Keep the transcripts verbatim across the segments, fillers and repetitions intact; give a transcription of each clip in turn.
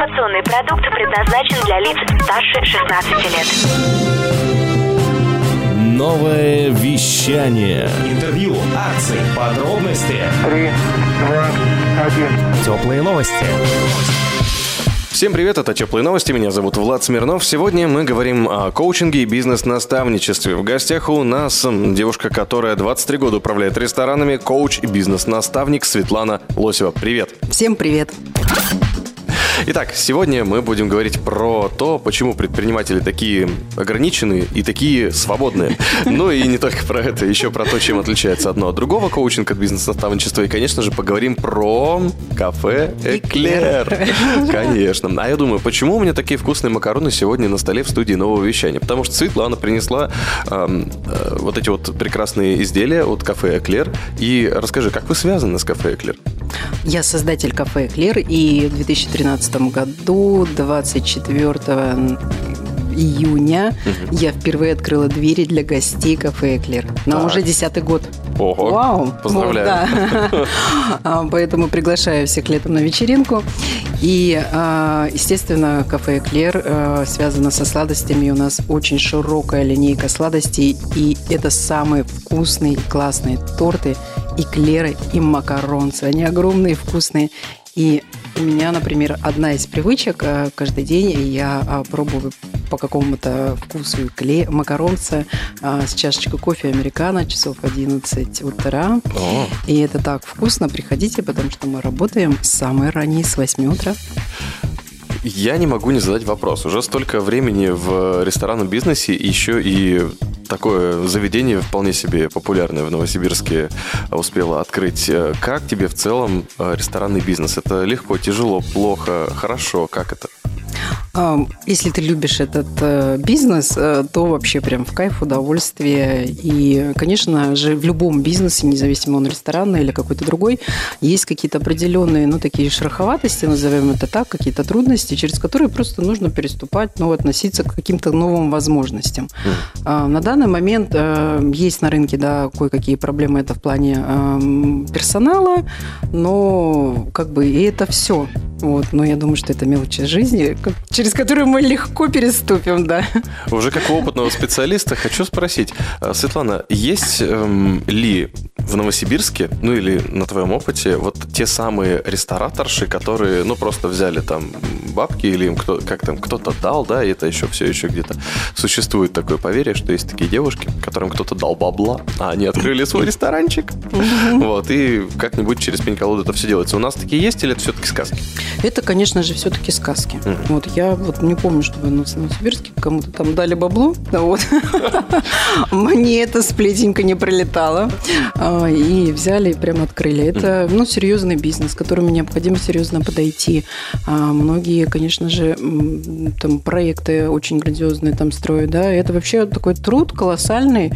Информационный продукт предназначен для лиц старше шестнадцати лет. Новое вещание. Интервью, акции, подробности. Три, два, один. Теплые новости. Всем привет, это «Теплые новости», меня зовут Влад Смирнов. Сегодня мы говорим о коучинге и бизнес-наставничестве. В гостях у нас девушка, которая двадцать три года управляет ресторанами, коуч и бизнес-наставник Светлана Лосева. Привет. Всем привет. Итак, сегодня мы будем говорить про то, почему предприниматели такие ограниченные и такие свободные. Ну и не только про это, еще про то, чем отличается одно от другого коучинг от бизнес-наставничества. И, конечно же, поговорим про кафе «Эклер». Конечно. А я думаю, почему у меня такие вкусные макароны сегодня на столе в студии нового вещания? Потому что Светлана принесла э, э, вот эти вот прекрасные изделия от кафе «Эклер». И расскажи, как вы связаны с кафе «Эклер»? Я создатель кафе «Эклер», и в две тысячи тринадцатом году, двадцать четвёртого июня, угу. я впервые открыла двери для гостей кафе «Эклер». Нам уже десятый год. Ого, вау! Поздравляю. Вот, да. Поэтому приглашаю всех летом на вечеринку. И, естественно, кафе «Эклер» связано со сладостями. У нас очень широкая линейка сладостей. И это самые вкусные и классные торты, эклеры и макаронцы. Они огромные, вкусные. И у меня, например, одна из привычек каждый день я пробую по какому-то вкусу эклер, макаронца с чашечкой кофе американо часов одиннадцать утра. О. И это так вкусно. Приходите, потому что мы работаем с самой ранней, с восьми утра. Я не могу не задать вопрос. Уже столько времени в ресторанном бизнесе, еще и такое заведение вполне себе популярное в Новосибирске успела открыть. Как тебе в целом ресторанный бизнес? Это легко, тяжело, плохо, хорошо? Как это? Если ты любишь этот бизнес, то вообще прям в кайф, удовольствие. И, конечно же, в любом бизнесе, независимо он ресторанный или какой-то другой, есть какие-то определенные, ну, такие шероховатости, назовем это так, какие-то трудности, через которые просто нужно переступать, ну, относиться к каким-то новым возможностям. Mm. На данный момент есть на рынке, да, кое-какие проблемы, это в плане персонала, но как бы и это все. Вот, но я думаю, что это мелочи жизни, через которую мы легко переступим, да. Уже как у опытного специалиста хочу спросить, Светлана, есть эм, ли в Новосибирске, ну или на твоем опыте, вот те самые рестораторши, которые, ну, просто взяли там бабки или им кто, как там кто-то дал, да, и это еще все еще где-то существует такое поверье, что есть такие девушки, которым кто-то дал бабла, а они открыли свой ресторанчик, вот, и как-нибудь через пень-колоду это все делается. У нас такие есть или это все-таки сказки? Это, конечно же, все-таки сказки. Mm. Вот я вот не помню, чтобы в Новосибирске кому-то там дали бабло. Вот. Мне эта сплетенька не пролетала. И взяли и прям открыли. Это, ну, серьезный бизнес, к которому необходимо серьезно подойти. Многие, конечно же, там проекты очень грандиозные там строят. Да? Это вообще такой труд колоссальный.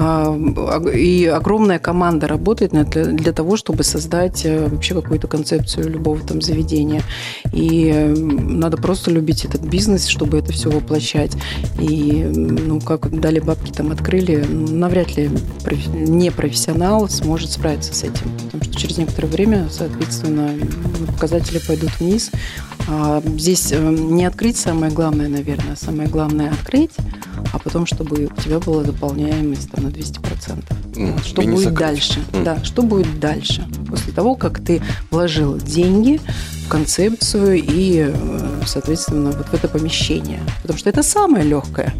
И огромная команда работает для, для того, чтобы создать вообще какую-то концепцию любого там заведения. И надо просто любить этот бизнес, чтобы это все воплощать. И, ну, как дали бабки, там открыли, навряд ли непрофессионал сможет справиться с этим. Потому что через некоторое время, соответственно, показатели пойдут вниз. А здесь не открыть самое главное, наверное. Самое главное открыть, а потом, чтобы у тебя была дополняемость там, на двести процентов. Mm, что будет закрыть. Дальше? Mm. Да, что будет дальше? После того, как ты вложил деньги в концепцию и, соответственно, вот в это помещение. Потому что это самое легкое.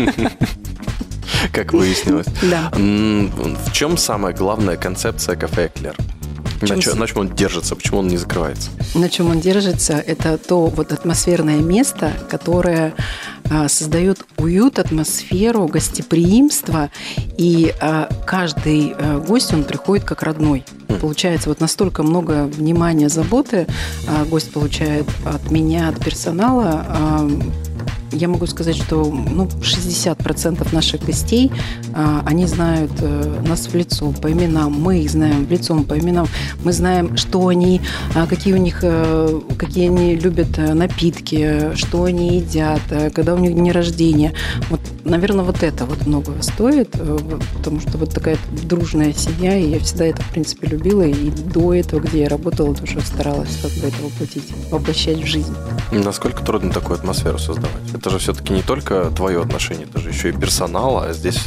Как выяснилось. Да. В чем самая главная концепция кафе «Эклер»? На, чем, на чем он держится? Почему он не закрывается? На чем он держится? Это то вот атмосферное место, которое а, создает уют, атмосферу, гостеприимство. И а, каждый а, гость, он приходит как родной. Mm. Получается, вот настолько много внимания, заботы а, гость получает от меня, от персонала. А, я могу сказать, что ну, шестьдесят процентов наших гостей, они знают нас в лицо, по именам. Мы их знаем в лицо, по именам. Мы знаем, что они, какие у них, какие они любят напитки, что они едят, когда у них дни рождения. Вот, наверное, вот это вот многого стоит, потому что вот такая дружная семья, и я всегда это, в принципе, любила, и до этого, где я работала, тоже старалась как бы это воплотить, воплощать в жизнь. Насколько трудно такую атмосферу создавать? Это же все-таки не только твое отношение, это же еще и персонал, а здесь...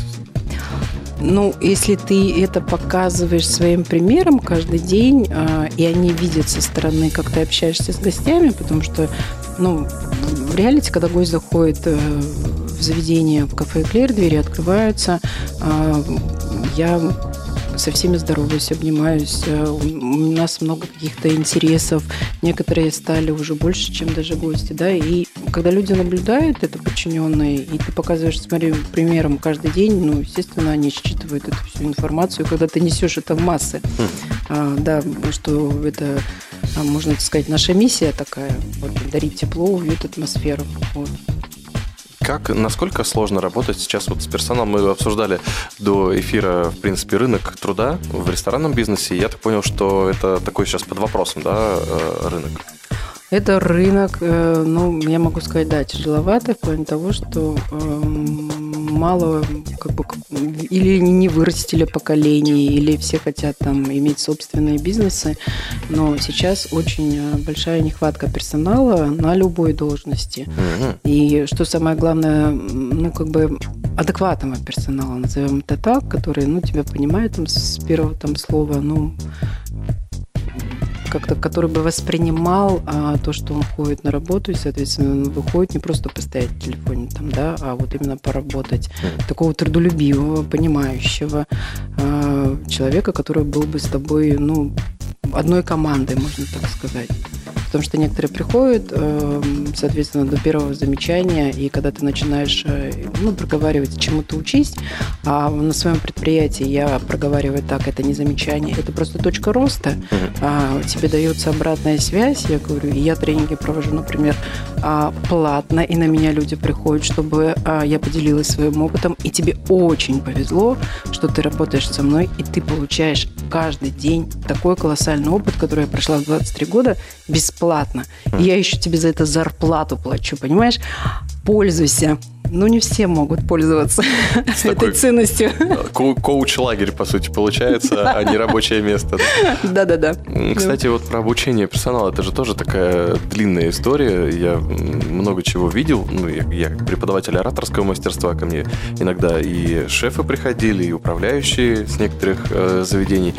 Ну, если ты это показываешь своим примером каждый день, э, и они видят со стороны, как ты общаешься с гостями, потому что, ну, в реалити, когда гость заходит э, в заведение, в кафе «Эклер», двери открываются, э, я со всеми здороваюсь, обнимаюсь. У нас много каких-то интересов. Некоторые стали уже больше, чем даже гости. Да? И когда люди наблюдают это, подчиненные, и ты показываешь своим примером каждый день, ну, естественно, они считывают эту всю информацию, когда ты несешь это в массы. А, да, что это, можно так сказать, наша миссия такая, вот, дарить тепло, уют, атмосферу. Вот. Как, насколько сложно работать сейчас вот с персоналом? Мы обсуждали до эфира, в принципе, рынок труда в ресторанном бизнесе. Я так понял, что это такой сейчас под вопросом, да, рынок? Это рынок, ну, я могу сказать, да, тяжеловатый в плане того, что э, мало, как бы, или не вырастили поколений, или все хотят там иметь собственные бизнесы, но сейчас очень большая нехватка персонала на любой должности. Mm-hmm. И что самое главное, ну, как бы адекватного персонала, назовем это так, который, ну, тебя понимает там, с первого там слова, ну, как-то, который бы воспринимал а, то, что он ходит на работу, и, соответственно, он выходит не просто постоять в телефоне, там, да, а вот именно поработать. Mm. Такого трудолюбивого, понимающего а, человека, который был бы с тобой, ну, одной командой, можно так сказать. Потому что некоторые приходят, соответственно, до первого замечания, и когда ты начинаешь, ну, проговаривать, чему ты учись, а на своем предприятии я проговариваю так, это не замечание, это просто точка роста, а тебе дается обратная связь, я говорю, и я тренинги провожу, например, платно, и на меня люди приходят, чтобы я поделилась своим опытом, и тебе очень повезло, что ты работаешь со мной, и ты получаешь каждый день такой колоссальный опыт, который я прошла в двадцать три года, бесплатно. И я еще тебе за это зарплату плачу, понимаешь? Пользуйся. Ну, не все могут пользоваться этой ценностью. Коуч-лагерь, по сути, получается, а не рабочее место. Да-да-да. Кстати, вот про обучение персонала, это же тоже такая длинная история. Я много чего видел. Ну, я, я преподаватель ораторского мастерства, ко мне иногда и шефы приходили, и управляющие с некоторых э, заведений.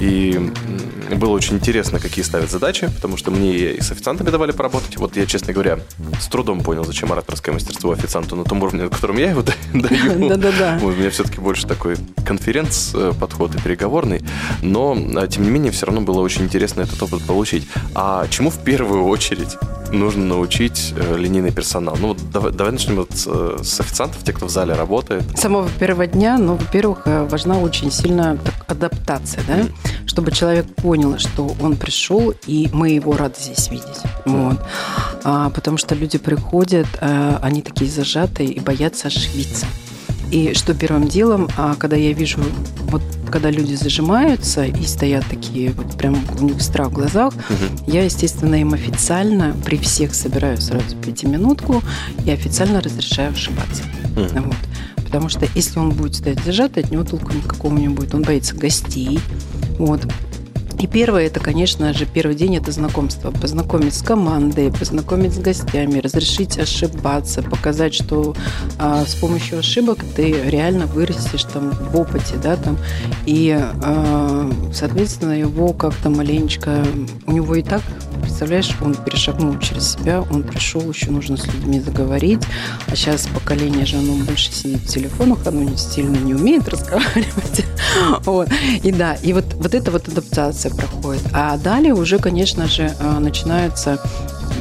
И было очень интересно, какие ставят задачи, потому что мне и с официантами давали поработать. Вот я, честно говоря, с трудом понял, зачем ораторское мастерство официанту на том уровне, на котором я его даю. Да-да-да. У меня все-таки больше такой конференц-подход и переговорный. Но, тем не менее, все равно было очень интересно этот опыт получить. А чему в первую очередь нужно научить линейный персонал? Ну, вот давай, давай начнем вот с, с официантов, те, кто в зале работает. С самого первого дня, ну, во-первых, важна очень сильно так, адаптация, да? Mm. Чтобы человек понял, что он пришел, и мы его рады здесь видеть. Mm. Вот. А, потому что люди приходят, а, они такие зажатые и боятся ошибиться. И что первым делом, а, когда я вижу, вот когда люди зажимаются и стоят такие, вот прям у них страх в глазах, uh-huh. я, естественно, им официально при всех собираю сразу пятиминутку и официально разрешаю ошибаться. Uh-huh. Вот. Потому что если он будет стоять зажатый, от него толку никакого не будет. Он боится гостей. Вот. И первое, это, конечно же, первый день – это знакомство. Познакомить с командой, познакомить с гостями, разрешить ошибаться, показать, что а, с помощью ошибок ты реально вырастешь там, в опыте. Да, там, и, а, соответственно, его как-то маленечко… У него и так, представляешь, он перешагнул через себя, он пришел, еще нужно с людьми заговорить. А сейчас поколение же, оно больше сидит в телефонах, оно не сильно не умеет разговаривать. Вот. И да, и вот, вот эта вот адаптация проходит. А далее уже, конечно же, начинается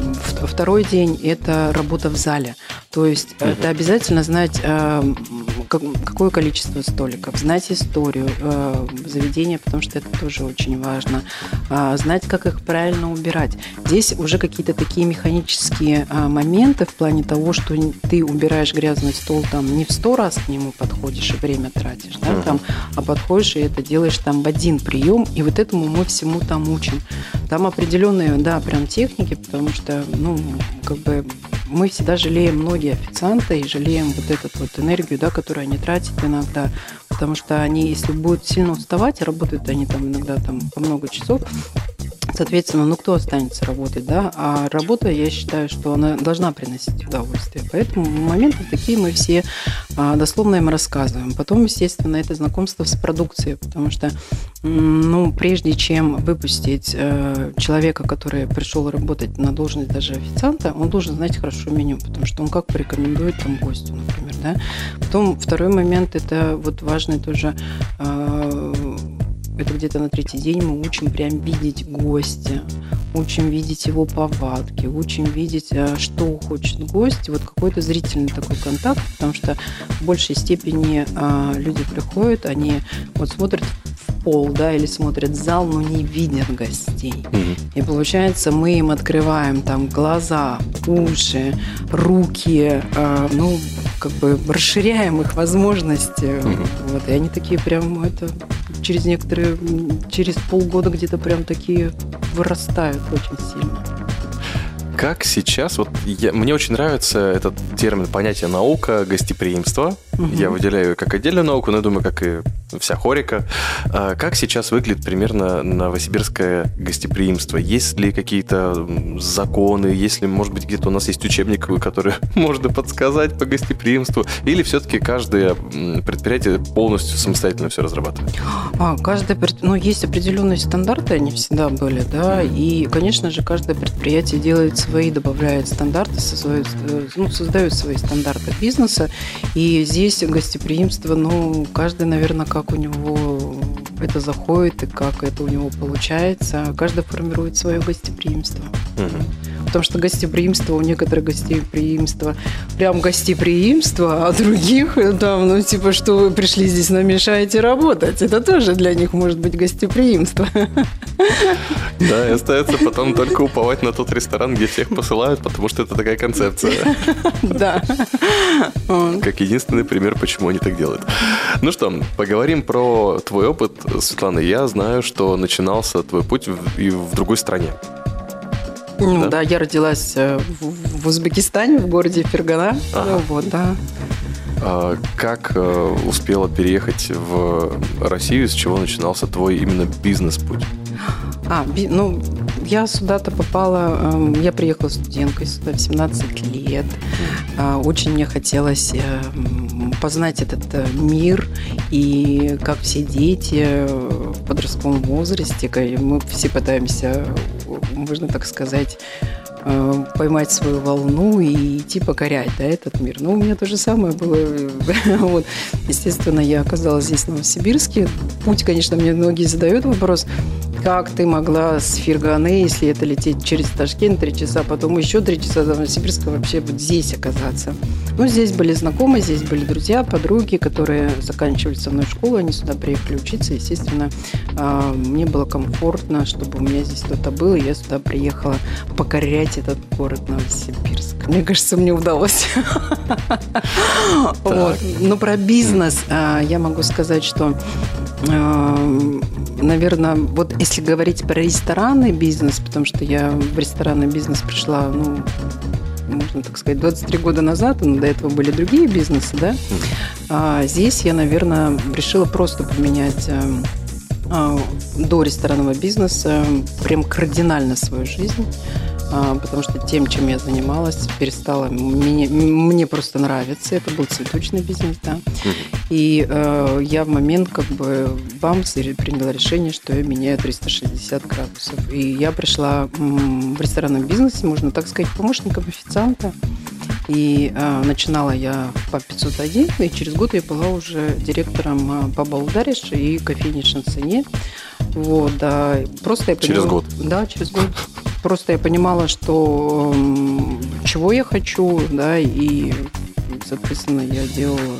второй день – это работа в зале. То есть mm-hmm. это обязательно знать, как, какое количество столиков, знать историю э, заведения, потому что это тоже очень важно, э, знать, как их правильно убирать. Здесь уже какие-то такие механические э, моменты в плане того, что ты убираешь грязный стол там не в сто раз к нему подходишь и время тратишь, да, uh-huh. там, а подходишь и это делаешь там в один прием, и вот этому мы всему там учим. Там определенные, да, прям техники, потому что, ну, как бы мы всегда жалеем многие официанты и жалеем вот эту вот энергию, да, которую они тратят иногда, потому что они, если будут сильно уставать, работают они там иногда там по много часов, соответственно, ну кто останется работать, да? А работа, я считаю, что она должна приносить удовольствие. Поэтому моменты такие мы все а, дословно им рассказываем. Потом, естественно, это знакомство с продукцией, потому что, ну, прежде чем выпустить э, человека, который пришел работать на должность даже официанта, он должен знать хорошо меню, потому что он как порекомендует там гостю, например, да? Потом второй момент, это вот важный тоже. Э, Это где-то на третий день мы учим прям видеть гостя, учим видеть его повадки, учим видеть, что хочет гость, вот какой-то зрительный такой контакт, потому что в большей степени а, люди приходят, они вот смотрят в пол, да, или смотрят в зал, но не видят гостей. Mm-hmm. И получается, мы им открываем там глаза, уши, руки, а, ну, как бы расширяем их возможности. Mm-hmm. Вот, и они такие прям, это... через некоторые, через полгода где-то прям такие вырастают очень сильно. Как сейчас, вот я, мне очень нравится этот термин, понятие наука, гостеприимство. Угу. Я выделяю ее как отдельную науку, но я думаю, как и вся хорика. А как сейчас выглядит примерно новосибирское гостеприимство? Есть ли какие-то законы? Есть ли, может быть, где-то у нас есть учебник, который можно подсказать по гостеприимству? Или все-таки каждое предприятие полностью самостоятельно все разрабатывает? А, каждое, ну, есть определенные стандарты, они всегда были, да, и, конечно же, каждое предприятие делает свои, добавляет стандарты, создает, ну, создает свои стандарты бизнеса, и здесь гостеприимство, ну, каждый, наверное, как у него это заходит и как это у него получается, каждый формирует свое гостеприимство. Угу. Потому что гостеприимство, у некоторых гостеприимство прям гостеприимство, а других там, ну, типа, что вы пришли здесь, нам мешаете работать. Это тоже для них может быть гостеприимство. Да, и остается потом только уповать на тот ресторан, где всех посылают, потому что это такая концепция. Да. Как единственный пример, почему они так делают. Ну что, поговорим про твой опыт, Светлана. Я знаю, что начинался твой путь в, и в другой стране. Ну да? Да, я родилась в, в Узбекистане, в городе Фергана. Ага. Ну, вот, да. А как э, успела переехать в Россию, с чего начинался твой именно бизнес-путь? А, би, ну, я сюда-то попала, э, я приехала студенткой сюда в семнадцать лет. Э, очень мне хотелось э, познать этот э, мир, и как все дети в подростковом возрасте, мы все пытаемся, можно так сказать, поймать свою волну и идти покорять, да, этот мир. Но у меня то же самое было. Вот. Естественно, я оказалась здесь, в Новосибирске. Путь, конечно, мне многие задают вопрос, как ты могла с Ферганы, если это лететь через Ташкент три часа, потом еще три часа до Новосибирска, вообще вот здесь оказаться. Ну, здесь были знакомые, здесь были друзья, подруги, которые заканчивали со мной школу, они сюда приехали учиться. Естественно, мне было комфортно, чтобы у меня здесь кто-то был, и я сюда приехала покорять этот город Новосибирск. Мне кажется, мне удалось. Вот. Но про бизнес я могу сказать, что, наверное, вот если говорить про ресторанный бизнес, потому что я в ресторанный бизнес пришла, ну, можно так сказать, двадцать три года назад, но до этого были другие бизнесы, да. А здесь я, наверное, решила просто поменять до ресторанного бизнеса прям кардинально свою жизнь, потому что тем, чем я занималась, перестала мне, мне просто нравиться. Это был цветочный бизнес, да. И э, я в момент как бы бамс приняла решение, что я меняю триста шестьдесят градусов. И я пришла м, в ресторанном бизнесе, можно так сказать, помощником официанта. И э, начинала я в паб пятьсот один, и через год я была уже директором паба «Удариш» и кофейни «Шансонье». Вот, да. Просто я понимала, через год? Да, через год. Просто я понимала, что чего я хочу, да, и, соответственно, я делала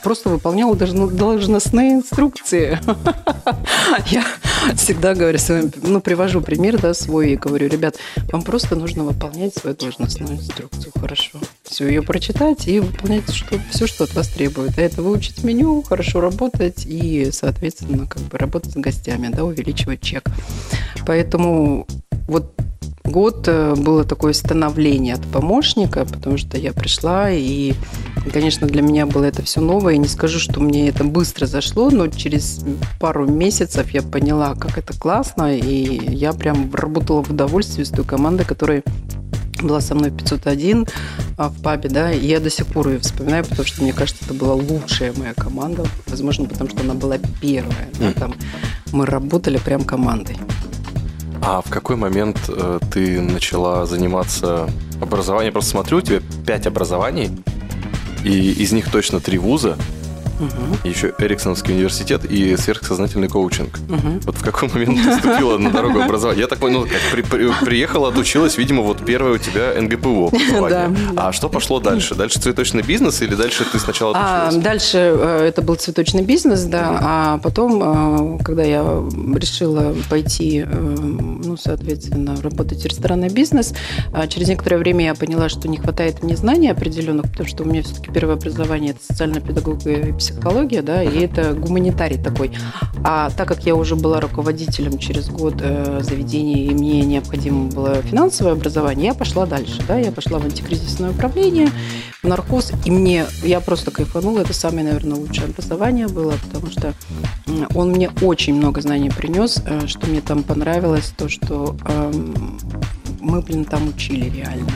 просто выполняла должностные инструкции. Я всегда говорю, ну, привожу пример, да, свой, и говорю, ребят, вам просто нужно выполнять свою должностную инструкцию. Хорошо. Все, ее прочитать и выполнять что, все, что от вас требует. А это выучить меню, хорошо работать и, соответственно, как бы работать с гостями, да, увеличивать чек. Поэтому вот год было такое становление от помощника, потому что я пришла, и, конечно, для меня было это все новое. И не скажу, что мне это быстро зашло, но через пару месяцев я поняла, как это классно, и я прям работала в удовольствии с той командой, которая была со мной в пятьсот один в пабе, да, и я до сих пор ее вспоминаю, потому что, мне кажется, это была лучшая моя команда, возможно, потому что она была первая, да, там мы работали прям командой. А в какой момент э, ты начала заниматься образованием? Я просто смотрю, у тебя пять образований, и из них точно три вуза, угу. еще Эриксоновский университет и сверхсознательный коучинг. Угу. Вот в какой момент ты вступила на дорогу образования? Я так понял, как при, при, приехала, отучилась, видимо, вот первое у тебя эн гэ пэ о образование. Да. А что пошло дальше? Дальше цветочный бизнес или дальше ты сначала отучилась? А, дальше это был цветочный бизнес, да, а потом, когда я решила пойти, ну, соответственно, работать в ресторанный бизнес, через некоторое время я поняла, что не хватает мне знаний определенных, потому что у меня все-таки первое образование – это социальная педагогика и психология, да, и это гуманитарий такой. А так как я уже была руководителем через год э, заведения, и мне необходимо было финансовое образование, я пошла дальше, да, я пошла в антикризисное управление, в нархоз, и мне, я просто кайфанула, это самое, наверное, лучшее образование было, потому что он мне очень много знаний принес, э, что мне там понравилось, то, что э, мы, блин, там учили реально.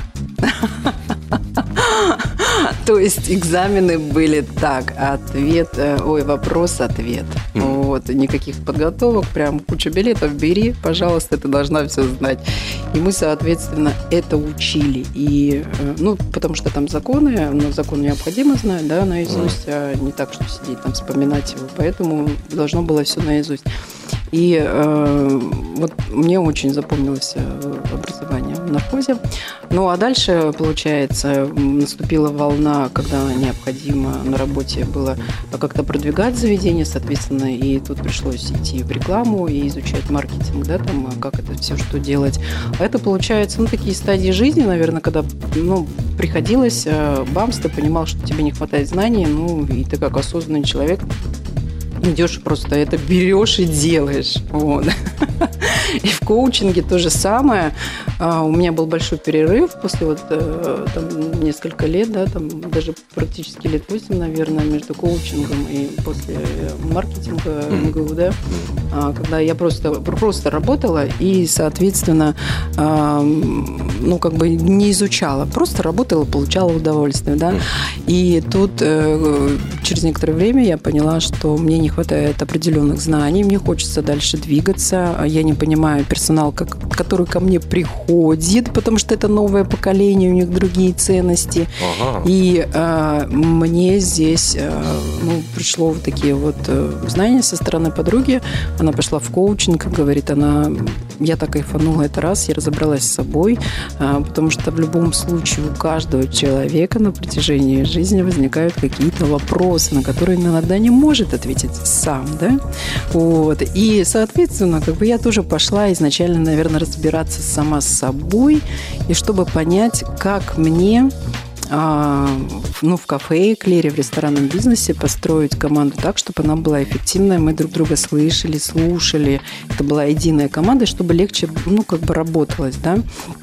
То есть экзамены были так, ответ, ой, вопрос-ответ. Mm. Вот, никаких подготовок, прям куча билетов, бери, пожалуйста, ты должна все знать. И мы, соответственно, это учили. И, ну, потому что там законы, но закон необходимо знать, да, наизусть, а не так, что сидеть там, вспоминать его. Поэтому должно было все наизусть. И э, вот мне очень запомнилось образование в нархозе. Ну, а дальше, получается, наступила волна, когда необходимо на работе было как-то продвигать заведение, соответственно, и тут пришлось идти в рекламу и изучать маркетинг, да, там, как это все, что делать. А это, получается, ну, такие стадии жизни, наверное, когда, ну, приходилось, бамс, ты понимал, что тебе не хватает знаний, ну, и ты как осознанный человек идешь просто это берешь и делаешь. Вот. И в коучинге то же самое. У меня был большой перерыв после вот там, несколько лет, да, там даже практически лет восемь, наверное, между коучингом и после маркетинга эм гэ у, да, когда я просто, просто работала и, соответственно, ну, как бы не изучала, просто работала, получала удовольствие, да. И тут через некоторое время я поняла, что мне не хватает определенных знаний, мне хочется дальше двигаться, я не понимаю персонал, как, который ко мне приходит, потому что это новое поколение, у них другие ценности. Ага. И э, мне здесь э, ну, пришло вот такие вот э, знания со стороны подруги. Она пошла в коучинг, говорит, она, я так кайфанула это раз, я разобралась с собой, э, потому что в любом случае у каждого человека на протяжении жизни возникают какие-то вопросы, на которые он иногда не может ответить сам, да, вот, и, соответственно, как бы я тоже пошла изначально, наверное, разбираться сама с собой, и чтобы понять, как мне, а, ну, в кафе, эклере, в ресторанном бизнесе построить команду так, чтобы она была эффективная, мы друг друга слышали, слушали, это была единая команда, чтобы легче, ну, как бы работалось, да,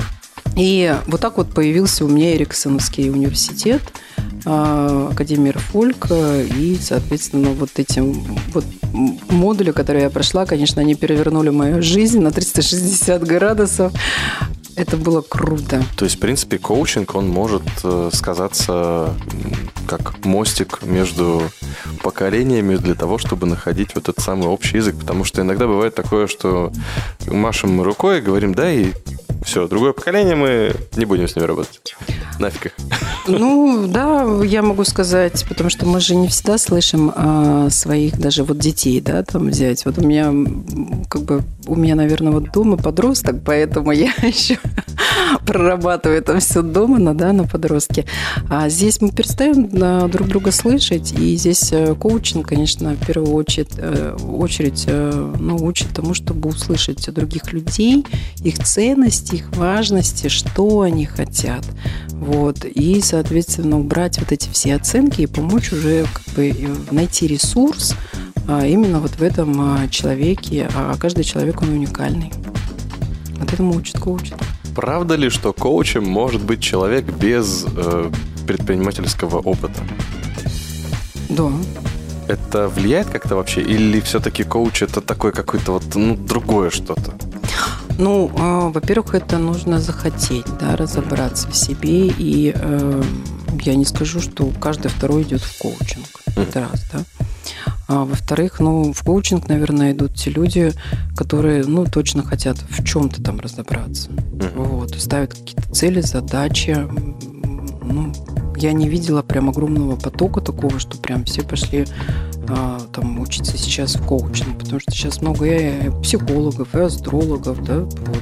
и вот так вот появился у меня Эриксоновский университет, Академия Эрфольк, и, соответственно, вот эти вот модули, которые я прошла, конечно, они перевернули мою жизнь на триста шестьдесят градусов. Это было круто. То есть, в принципе, коучинг, он может сказаться как мостик между поколениями для того, чтобы находить вот этот самый общий язык. Потому что иногда бывает такое, что машем рукой, говорим «да», и все, другое поколение, мы не будем с ними работать. Нафиг их. Ну, да, я могу сказать, потому что мы же не всегда слышим а, своих даже вот детей, да, там взять. Вот у меня как бы у меня, наверное, вот дома подросток, поэтому я еще прорабатываю это все дома, на, да, на подростке. А здесь мы перестаем друг друга слышать, и здесь коучинг, конечно, в первую очередь, очередь ну, учит тому, чтобы услышать других людей, их ценности, их важности, что они хотят. Вот. И, соответственно, убрать вот эти все оценки и помочь уже как бы найти ресурс а, именно вот в этом человеке. А каждый человек, он уникальный. Вот этому учит коуч. Правда ли, что коучем может быть человек без э, предпринимательского опыта? Да. Это влияет как-то вообще? Или все-таки коуч это такое какое-то вот, ну, другое что-то? Ну, э, во-первых, это нужно захотеть, да, разобраться в себе. И э, я не скажу, что каждый второй идет в коучинг. Mm. Это раз, да. А во-вторых, ну, в коучинг, наверное, идут те люди, которые, ну, точно хотят в чем-то там разобраться. Mm. Вот, ставят какие-то цели, задачи. Ну, я не видела прям огромного потока такого, что прям все пошли а, там учиться сейчас в коучинг, потому что сейчас много и психологов, и астрологов, да,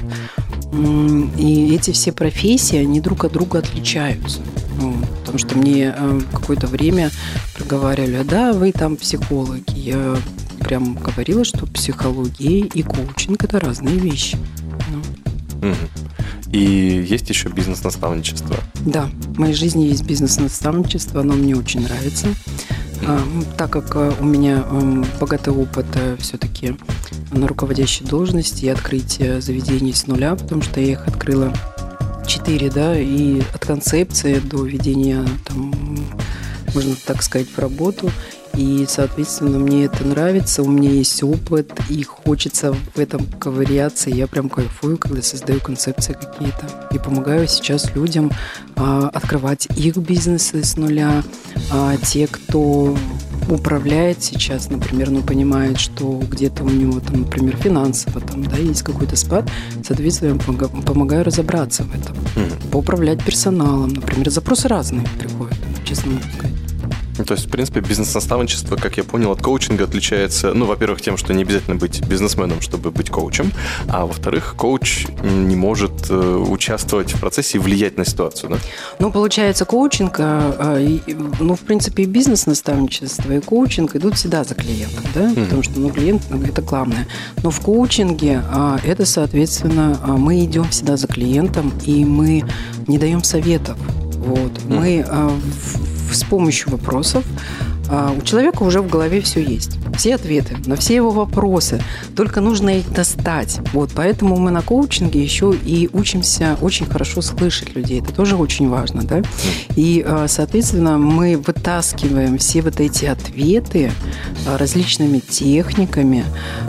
вот. И эти все профессии, они друг от друга отличаются. Ну, потому что мне э, какое-то время проговаривали, да, вы там психологи. Я прям говорила, что психология и коучинг – это разные вещи. Ну. Угу. И есть еще бизнес-наставничество. Да, в моей жизни есть бизнес-наставничество, оно мне очень нравится. А, так как у меня богатый опыт все-таки на руководящей должности и открытие заведений с нуля, потому что я их открыла четыре, да, и от концепции до введения, там, можно так сказать, в работу. И, соответственно, мне это нравится, у меня есть опыт, и хочется в этом ковыряться. Я прям кайфую, когда создаю концепции какие-то. И помогаю сейчас людям а, открывать их бизнесы с нуля. А те, кто управляет сейчас, например, ну, понимает, что где-то у него, там, например, финансово там, да, есть какой-то спад, соответственно, я помогаю разобраться в этом. Mm-hmm. Поуправлять персоналом, например. Запросы разные приходят, честно могу сказать. Ну, то есть, в принципе, бизнес-наставничество, как я понял, от коучинга отличается, ну, во-первых, тем, что не обязательно быть бизнесменом, чтобы быть коучем, а во-вторых, коуч не может э, участвовать в процессе и влиять на ситуацию, да? Ну, получается, коучинг, э, э, ну, в принципе, и бизнес-наставничество, и коучинг идут всегда за клиентом, да, mm-hmm. потому что, ну, клиент – это главное. Но в коучинге э, это, соответственно, э, мы идем всегда за клиентом, и мы не даем советов, вот. Mm-hmm. Мы э, в, с помощью вопросов у человека уже в голове все есть. Все ответы на все его вопросы. Только нужно их достать. Вот, поэтому мы на коучинге еще и учимся очень хорошо слышать людей. Это тоже очень важно, да? И, соответственно, мы вытаскиваем все вот эти ответы различными техниками,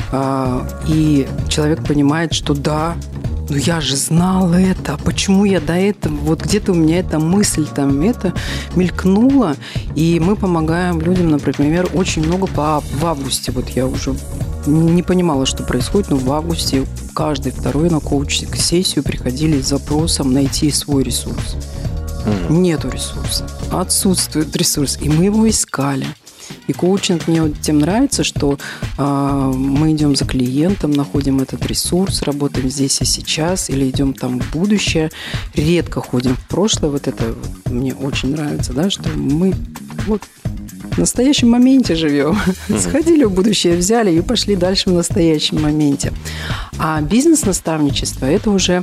и человек понимает, что да, ну я же знал это, а почему я до этого, вот где-то у меня эта мысль там, это мелькнула, и мы помогаем людям, например, очень много по, в августе, вот я уже не понимала, что происходит, но в августе каждый второй на коучинг-сессию приходили с запросом найти свой ресурс. Mm. Нету ресурса, отсутствует ресурс, и мы его искали. И коучинг мне вот тем нравится, что э, мы идем за клиентом, находим этот ресурс, работаем здесь и сейчас, или идем там в будущее, редко ходим в прошлое. Вот это вот мне очень нравится, да, что мы вот в настоящем моменте живем. Mm-hmm. Сходили в будущее, взяли и пошли дальше в настоящем моменте. А бизнес-наставничество – это уже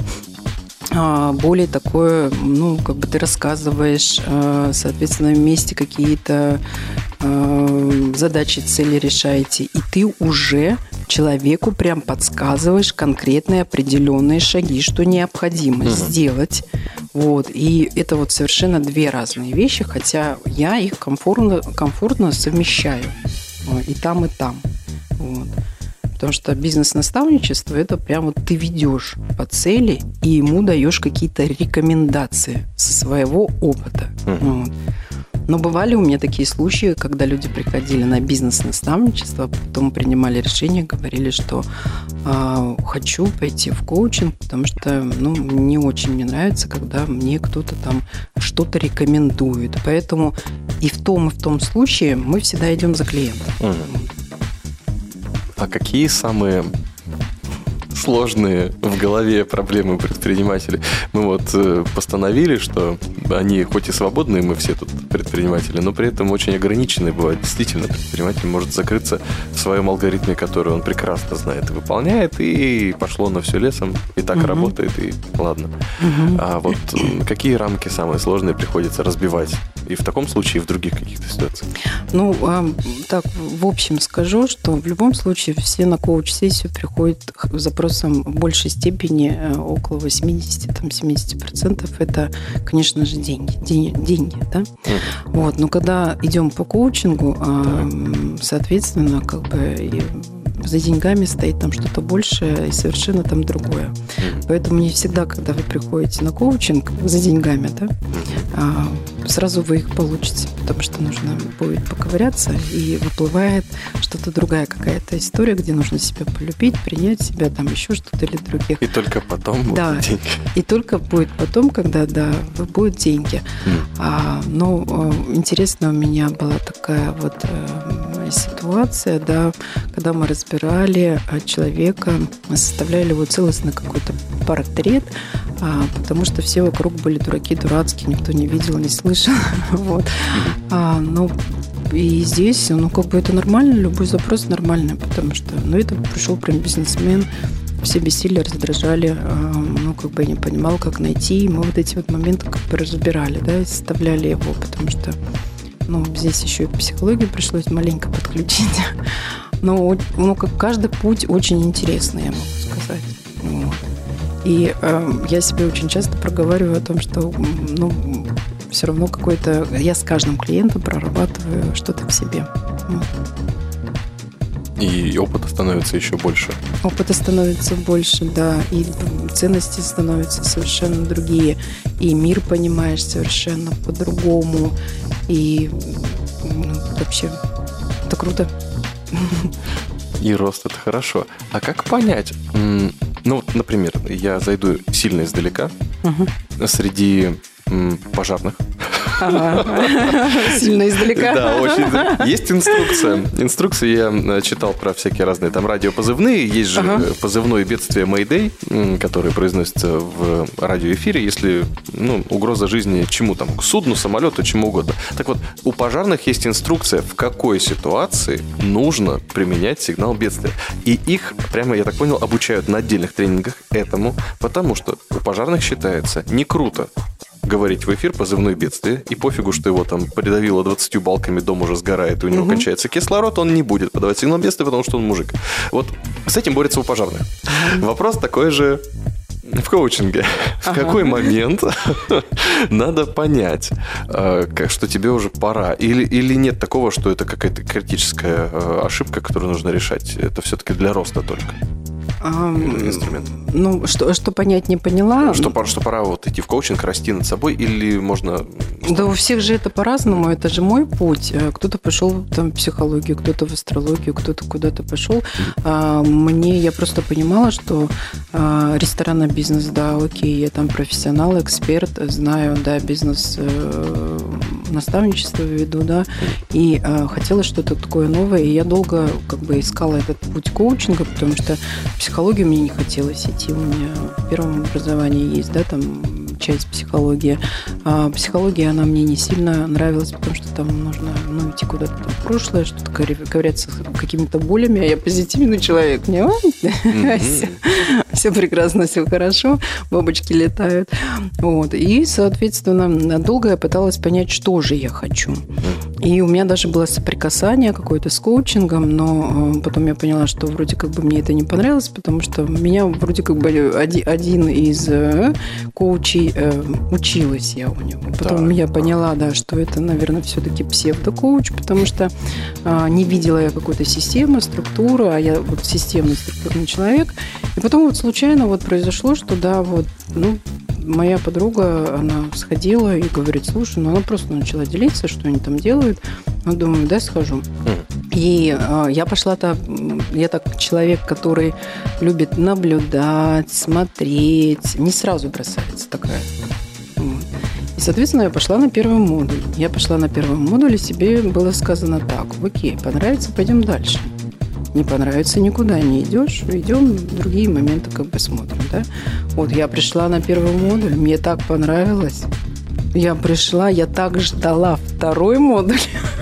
более такое, ну, как бы ты рассказываешь, соответственно, вместе какие-то задачи, цели решаете, и ты уже человеку прям подсказываешь конкретные определенные шаги, что необходимо mm-hmm. сделать. Вот. И это вот совершенно две разные вещи, хотя я их комфортно, комфортно совмещаю и там, и там. Вот. Потому что бизнес-наставничество – это прям вот ты ведешь по цели и ему даешь какие-то рекомендации со своего опыта. Mm-hmm. Вот. Но бывали у меня такие случаи, когда люди приходили на бизнес-наставничество, потом принимали решение, говорили, что э, хочу пойти в коучинг, потому что ну, не очень мне нравится, когда мне кто-то там что-то рекомендует. Поэтому и в том, и в том случае мы всегда идем за клиентом. Mm. А какие самые сложные в голове проблемы предпринимателей. Мы вот э, постановили, что они хоть и свободные, мы все тут предприниматели, но при этом очень ограниченные бывают. Действительно, предприниматель может закрыться в своем алгоритме, который он прекрасно знает и выполняет, и пошло на все лесом, и так угу. работает, и ладно. Угу. А вот какие рамки самые сложные приходится разбивать? И в таком случае, и в других каких-то ситуациях? Ну, а, так, в общем скажу, что в любом случае все на коуч-сессию приходят с запросом в большей степени, около восемьдесят-семьдесят процентов это, конечно же, деньги. Деньги, деньги да? Mm. Вот, но когда идем по коучингу, mm. соответственно, как бы... И за деньгами стоит там что-то большее и совершенно там другое. Mm. Поэтому не всегда, когда вы приходите на коучинг за деньгами, да, mm. сразу вы их получите, потому что нужно будет поковыряться, и выплывает что-то другая какая-то история, где нужно себя полюбить, принять себя, там еще что-то или других. И только потом будут да. деньги. И только будет потом, когда да, будут деньги. Mm. А, ну, интересно, у меня была такая вот ситуация, да, когда мы разбирали человека, составляли его целостный какой-то портрет, а, потому что все вокруг были дураки, дурацкие, никто не видел, не слышал. Вот. А, ну, и здесь, ну, как бы это нормально, любой запрос нормальный, потому что, ну, это пришел прям бизнесмен, все бесили, раздражали, ну, как бы я не понимал, как найти, и мы вот эти вот моменты как бы разбирали, да, и составляли его, потому что ну, здесь еще и психологию пришлось маленько подключить. Но ну, как каждый путь очень интересный, я могу сказать. Вот. И э, я себе очень часто проговариваю о том, что ну, все равно какой-то... Я с каждым клиентом прорабатываю что-то в себе. Вот. И опыта становится еще больше. Опыта становится больше, да. И ценности становятся совершенно другие. И мир понимаешь совершенно по-другому. И ну, вообще это круто. И рост – это хорошо. А как понять? Ну, например, я зайду сильно издалека угу. среди пожарных. Ага. Сильно издалека. Да, очень. Есть инструкция. Инструкции я читал про всякие разные там радиопозывные. Есть же ага. позывной бедствие Mayday, который произносится в радиоэфире, если ну, угроза жизни чему там, к судну, самолету, чему угодно. Так вот, у пожарных есть инструкция, в какой ситуации нужно применять сигнал бедствия. И их, прямо, я так понял, обучают на отдельных тренингах этому, потому что у пожарных считается не круто говорить в эфир позывной бедствие, и пофигу, что его там придавило двадцатью балками, дом уже сгорает, и у него угу. кончается кислород, он не будет подавать сигнал бедствия, потому что он мужик. Вот с этим борется у пожарных. Вопрос такой же в коучинге. В ага. какой момент надо понять, что тебе уже пора? Или, или нет такого, что это какая-то критическая ошибка, которую нужно решать? Это все-таки для роста только. Инструмент. Ну, что, что понять не поняла. Что, что пора вот идти в коучинг, расти над собой, или можно... Да у всех же это по-разному, это же мой путь. Кто-то пошел там, в психологию, кто-то в астрологию, кто-то куда-то пошел. Mm-hmm. Мне, я просто понимала, что ресторанный бизнес, да, окей, я там профессионал, эксперт, знаю, да, бизнес наставничество веду, да, и э, хотела что-то такое новое, и я долго как бы искала этот путь коучинга, потому что в психологию мне не хотелось идти, у меня в первом образовании есть, да, там часть психологии, а психология, она мне не сильно нравилась, потому что там нужно, ну, идти куда-то там в прошлое, что-то ковыряться с какими-то болями, а я позитивный человек, мне mm-hmm. все прекрасно, все хорошо, бабочки летают, вот, и, соответственно, долго я пыталась понять, что же я хочу. И у меня даже было соприкасание какое-то с коучингом, но потом я поняла, что вроде как бы мне это не понравилось, потому что меня вроде как бы один, один из коучей училась я у него. Потом так. я поняла, да, что это, наверное, все-таки псевдокоуч, потому что не видела я какой-то системы, структуры, а я вот системный, структурный человек. И потом вот случайно вот произошло, что да, вот, ну, моя подруга, она сходила и говорит, слушай, ну она просто начала делиться, что они там делают. Ну, думаю, да, схожу. И э, я пошла-то, я так человек, который любит наблюдать, смотреть, не сразу бросается такая. Вот. И, соответственно, я пошла на первый модуль. Я пошла на первый модуль, и себе было сказано так, окей, понравится, пойдем дальше. Не понравится, никуда не идешь. Идем, другие моменты как бы смотрим, да. Вот я пришла на первый модуль, мне так понравилось. Я пришла, я так ждала второй модуль.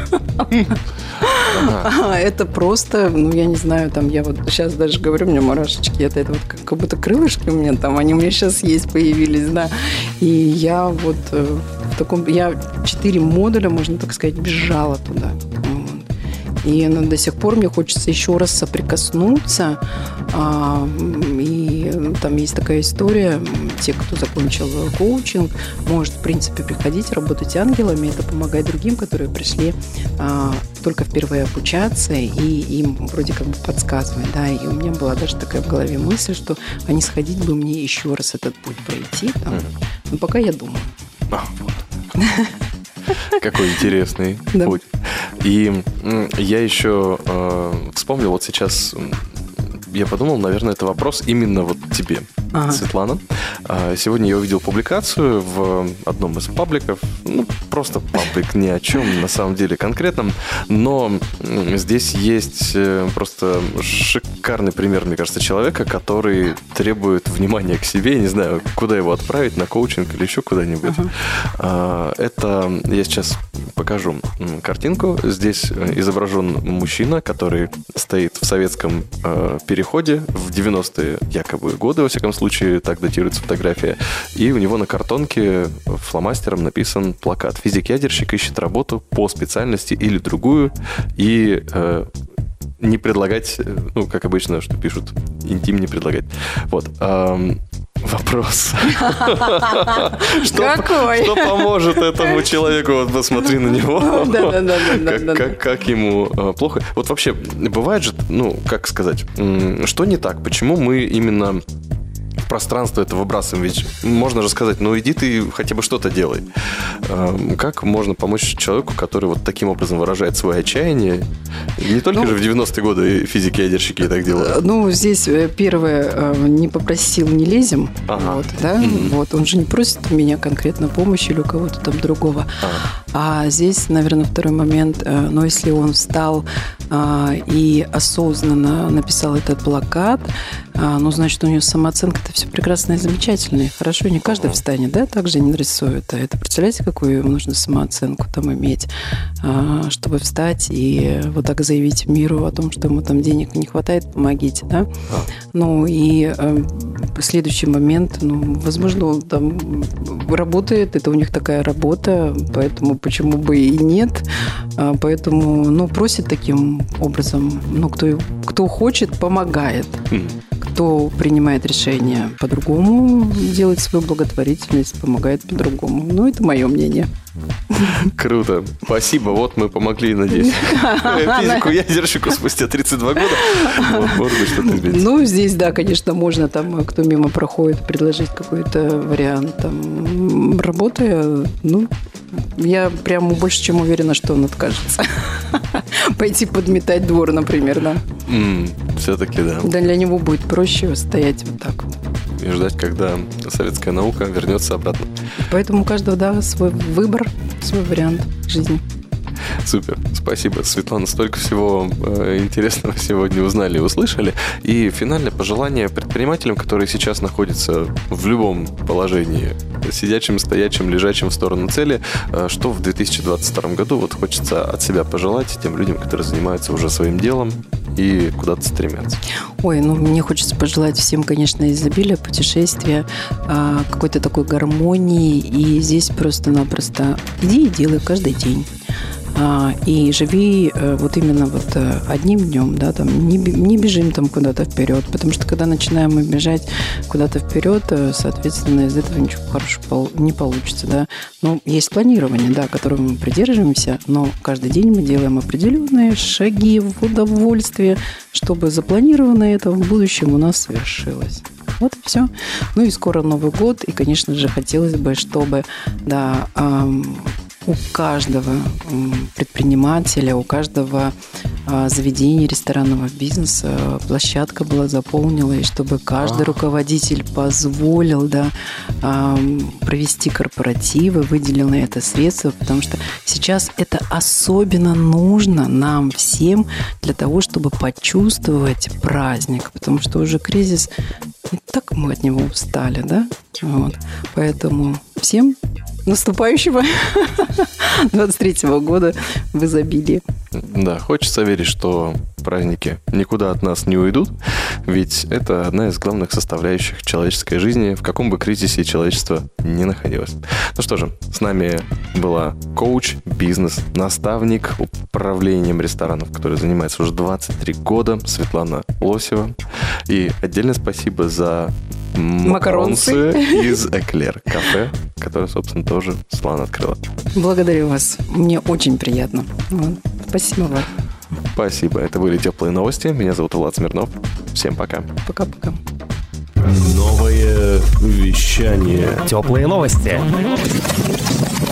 Ага. Это просто, ну, я не знаю, там, я вот сейчас даже говорю, у меня мурашечки, это, это вот как, как будто крылышки у меня там, они у меня сейчас есть, появились, да. И я вот э, в таком, я четыре модуля, можно так сказать, бежала туда. И ну, до сих пор мне хочется еще раз соприкоснуться. А, и там есть такая история. Те, кто закончил коучинг, может, в принципе, приходить, работать ангелами. Это помогает другим, которые пришли а, только впервые обучаться. И им вроде как бы подсказывать. Да? И у меня была даже такая в голове мысль, что а не сходить бы мне еще раз этот путь пройти. Там. Но пока я думаю. А, вот. Какой интересный да. путь. И я еще э, вспомнил, вот сейчас я подумал, наверное, это вопрос именно вот тебе, ага. Светлана. Сегодня я увидел публикацию в одном из пабликов, ну, просто паблик ни о чем на самом деле конкретном, но здесь есть просто шикарный пример, мне кажется, человека, который требует внимания к себе, не знаю, куда его отправить, на коучинг или еще куда-нибудь. Ага. Это, я сейчас покажу картинку, здесь изображен мужчина, который стоит в советском переходе, в девяностые якобы годы, во всяком случае, так датируется фотография. И у него на картонке фломастером написан плакат: «Физик-ядерщик ищет работу по специальности или другую». И э, не предлагать, ну, как обычно, что пишут, интим не предлагать. Вот. Эм, вопрос. Что поможет этому человеку? Вот посмотри на него. Как ему плохо. Вот вообще, бывает же, ну, как сказать, что не так? Почему мы именно в пространство это выбрасываем? Ведь можно же сказать, ну иди ты хотя бы что-то делай. Как можно помочь человеку, который вот таким образом выражает свое отчаяние? Не только ну, же в девяностые годы физики-ядерщики так делают. Ну, здесь первое, не попросил, не лезем. Ага. Вот, да? Mm-hmm. Вот, он же не просит у меня конкретно помощи или у кого-то там другого. Ага. А здесь, наверное, второй момент, но если он встал и осознанно написал этот плакат, ну, значит, у него самооценка-то все прекрасно и замечательно. И хорошо, не каждый ага. встанет, да, так же не нарисует. А это, представляете, какую нужно самооценку там иметь, чтобы встать и вот так заявить миру о том, что ему там денег не хватает, помогите, да. А. Ну, и следующий момент, ну, возможно, он там работает, это у них такая работа, поэтому почему бы и нет. Поэтому, ну, просит таким образом, ну, кто, кто хочет, помогает. Mm. Кто принимает решение по-другому, делает свою благотворительность, помогает по-другому. Ну, это мое мнение. Круто. Спасибо. Вот мы помогли, надеюсь, физику-ядерщику спустя тридцать два года. Может быть, что-то изменится. Ну, здесь, да, конечно, можно, там, кто мимо проходит, предложить какой-то вариант там, работы. Ну, я прямо больше чем уверена, что он откажется. Пойти подметать двор, например, да. Mm, все-таки, да. Да, для него будет проще стоять вот так вот. И ждать, когда советская наука вернется обратно. Поэтому у каждого, да, свой выбор, свой вариант жизни. Супер, спасибо, Светлана, столько всего э, интересного сегодня узнали и услышали. И финальное пожелание предпринимателям, которые сейчас находятся в любом положении, сидячим, стоячим, лежачим в сторону цели, э, что в две тысячи двадцать втором году вот хочется от себя пожелать тем людям, которые занимаются уже своим делом и куда-то стремятся. Ой, ну мне хочется пожелать всем, конечно, изобилия, путешествия, э, какой-то такой гармонии. И здесь просто-напросто иди и делай каждый день. И живи вот именно вот одним днем, да, там, не, не бежим там куда-то вперед, потому что когда начинаем мы бежать куда-то вперед, соответственно, из этого ничего хорошего не получится, да. Ну, есть планирование, да, которого мы придерживаемся, но каждый день мы делаем определенные шаги в удовольствие, чтобы запланированное это в будущем у нас совершилось. Вот и все. Ну и скоро Новый год, и, конечно же, хотелось бы, чтобы, да, эм, у каждого предпринимателя, у каждого а, заведения ресторанного бизнеса площадка была заполнена, и чтобы каждый А. руководитель позволил, да, а, провести корпоративы, выделил на это средства, потому что сейчас это особенно нужно нам всем для того, чтобы почувствовать праздник, потому что уже кризис, и так мы от него устали, да? Вот. Поэтому всем наступающего двадцать третьего года в изобилии. Да, хочется верить, что праздники никуда от нас не уйдут, ведь это одна из главных составляющих человеческой жизни, в каком бы кризисе человечество ни находилось. Ну что же, с нами была коуч, бизнес, наставник управлением ресторанов, который занимается уже двадцать три года, Светлана Лосева. И отдельное спасибо за макаронцы Макаронцы. из Эклер кафе, которое, собственно, тоже Светлана открыла. Благодарю вас. Мне очень приятно. Вот. Спасибо вам. Спасибо. Это были теплые новости. Меня зовут Влад Смирнов. Всем пока. Пока-пока. Новое вещание. Теплые новости.